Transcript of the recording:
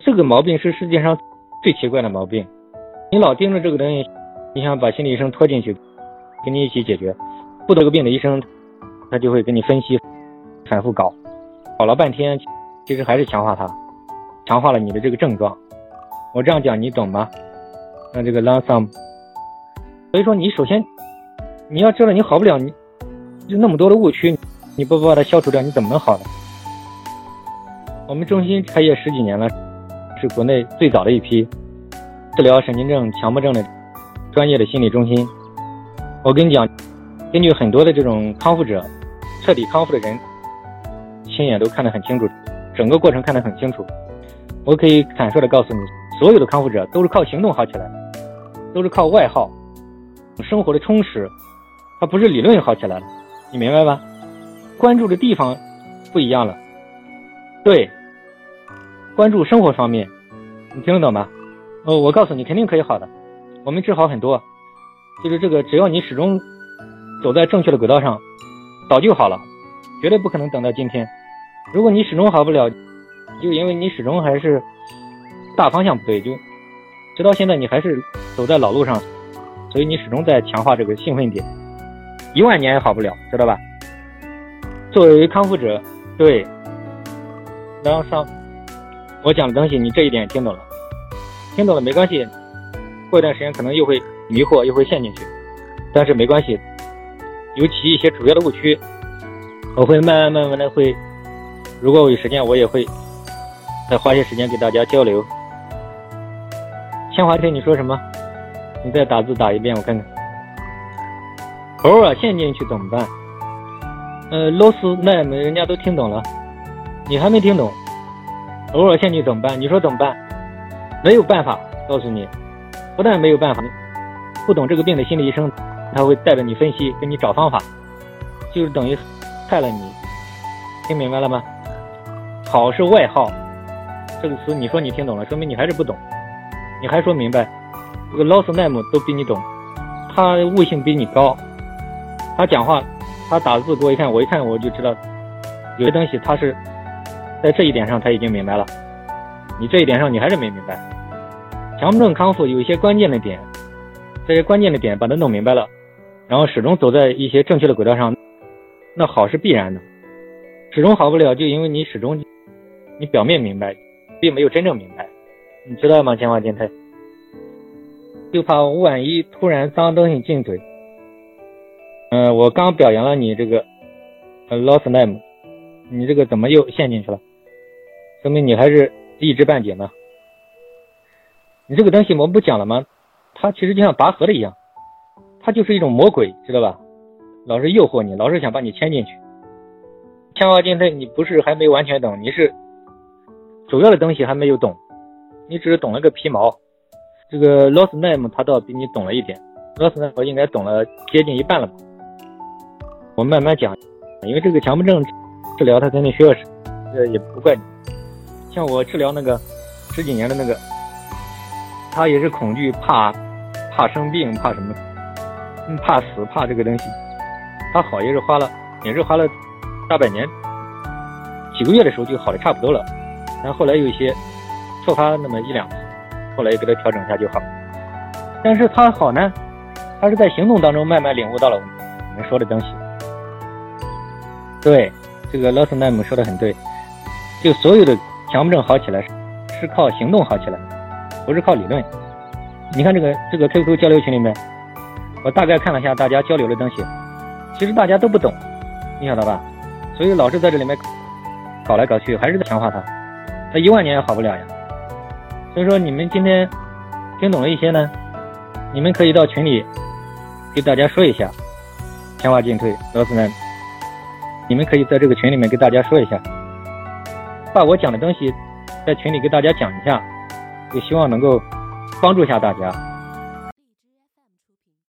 这个毛病是世界上最奇怪的毛病。你老盯着这个东西，你想把心理医生拖进去跟你一起解决，不得个病的医生他就会跟你分析，反复搞了半天，其实还是强化了你的这个症状。我这样讲你懂吗？那这个 lump sum， 所以说你首先你要知道你好不了，你就那么多的误区，你不把它消除掉，你怎么能好呢？我们中心开业10几年了，是国内最早的一批治疗神经症、强迫症的专业的心理中心。我跟你讲，根据很多的这种康复者，彻底康复的人亲眼都看得很清楚，整个过程看得很清楚。我可以坦率地告诉你，所有的康复者都是靠行动好起来的，都是靠外耗生活的充实，它不是理论好起来了，你明白吧？关注的地方不一样了。对，关注生活方面，你听得懂吗？我告诉你肯定可以好的，我们治好很多，就是这个只要你始终走在正确的轨道上，早就好了，绝对不可能等到今天。如果你始终好不了，就因为你始终还是大方向不对，就直到现在你还是走在老路上，所以你始终在强化这个兴奋点，10000年也好不了，知道吧？作为康复者，对，然后我讲的东西你这一点听懂了，听懂了没关系，过一段时间可能又会迷惑，又会陷进去，但是没关系，尤其一些主要的误区我会慢慢的会，如果我有时间我也会再花些时间给大家交流。千华听你说什么？你再打字打一遍我看看。偶尔陷进去怎么办？loss name 人家都听懂了，你还没听懂。偶尔陷进去怎么办？你说怎么办？没有办法，告诉你，不但没有办法，不懂这个病的心理医生他会带着你分析，给你找方法，就是等于害了你。听明白了吗？好是外耗，这个词你说你听懂了，说明你还是不懂，你还说明白。这个 loss name 都比你懂，他悟性比你高，他讲话他打字给我一看，我一看我就知道有些东西他是在这一点上他已经明白了，你这一点上你还是没明白。强迫症康复有一些关键的点，这些关键的点把它弄明白了，然后始终走在一些正确的轨道上，那好是必然的。始终好不了，就因为你始终你表面明白，并没有真正明白，你知道吗？千华电台就怕万一突然脏东西进嘴。我刚表扬了你这个lost name， 你这个怎么又陷进去了？说明你还是一知半解呢。你这个东西我们不讲了吗？它其实就像拔河的一样，它就是一种魔鬼，知道吧？老是诱惑你，老是想把你牵进去。千华电台你不是还没完全懂，你是主要的东西还没有懂，你只是懂了个皮毛。这个 lost name 他倒比你懂了一点， lost name 我应该懂了接近一半了吧。我慢慢讲，因为这个强迫症治疗它肯定需要也不怪你。像我治疗那个10几年的那个，他也是恐惧，怕生病，怕什么，怕死，怕这个东西。他好也是花了大半年，几个月的时候就好的差不多了，然后后来有一些触发那么1-2次，后来也给他调整一下就好。但是他好呢，他是在行动当中慢慢领悟到了我们说的东西。对，这个 lost name 说的很对，就所有的强迫症好起来是靠行动好起来，不是靠理论。你看这个 QQ 交流群里面，我大概看了一下大家交流的东西，其实大家都不懂，你晓得吧？所以老是在这里面搞来搞去，还是在强化它10000年也好不了呀。所以说你们今天听懂了一些呢，你们可以到群里给大家说一下强化进退 lost name， 你们可以在这个群里面给大家说一下，把我讲的东西在群里给大家讲一下，也希望能够帮助一下大家。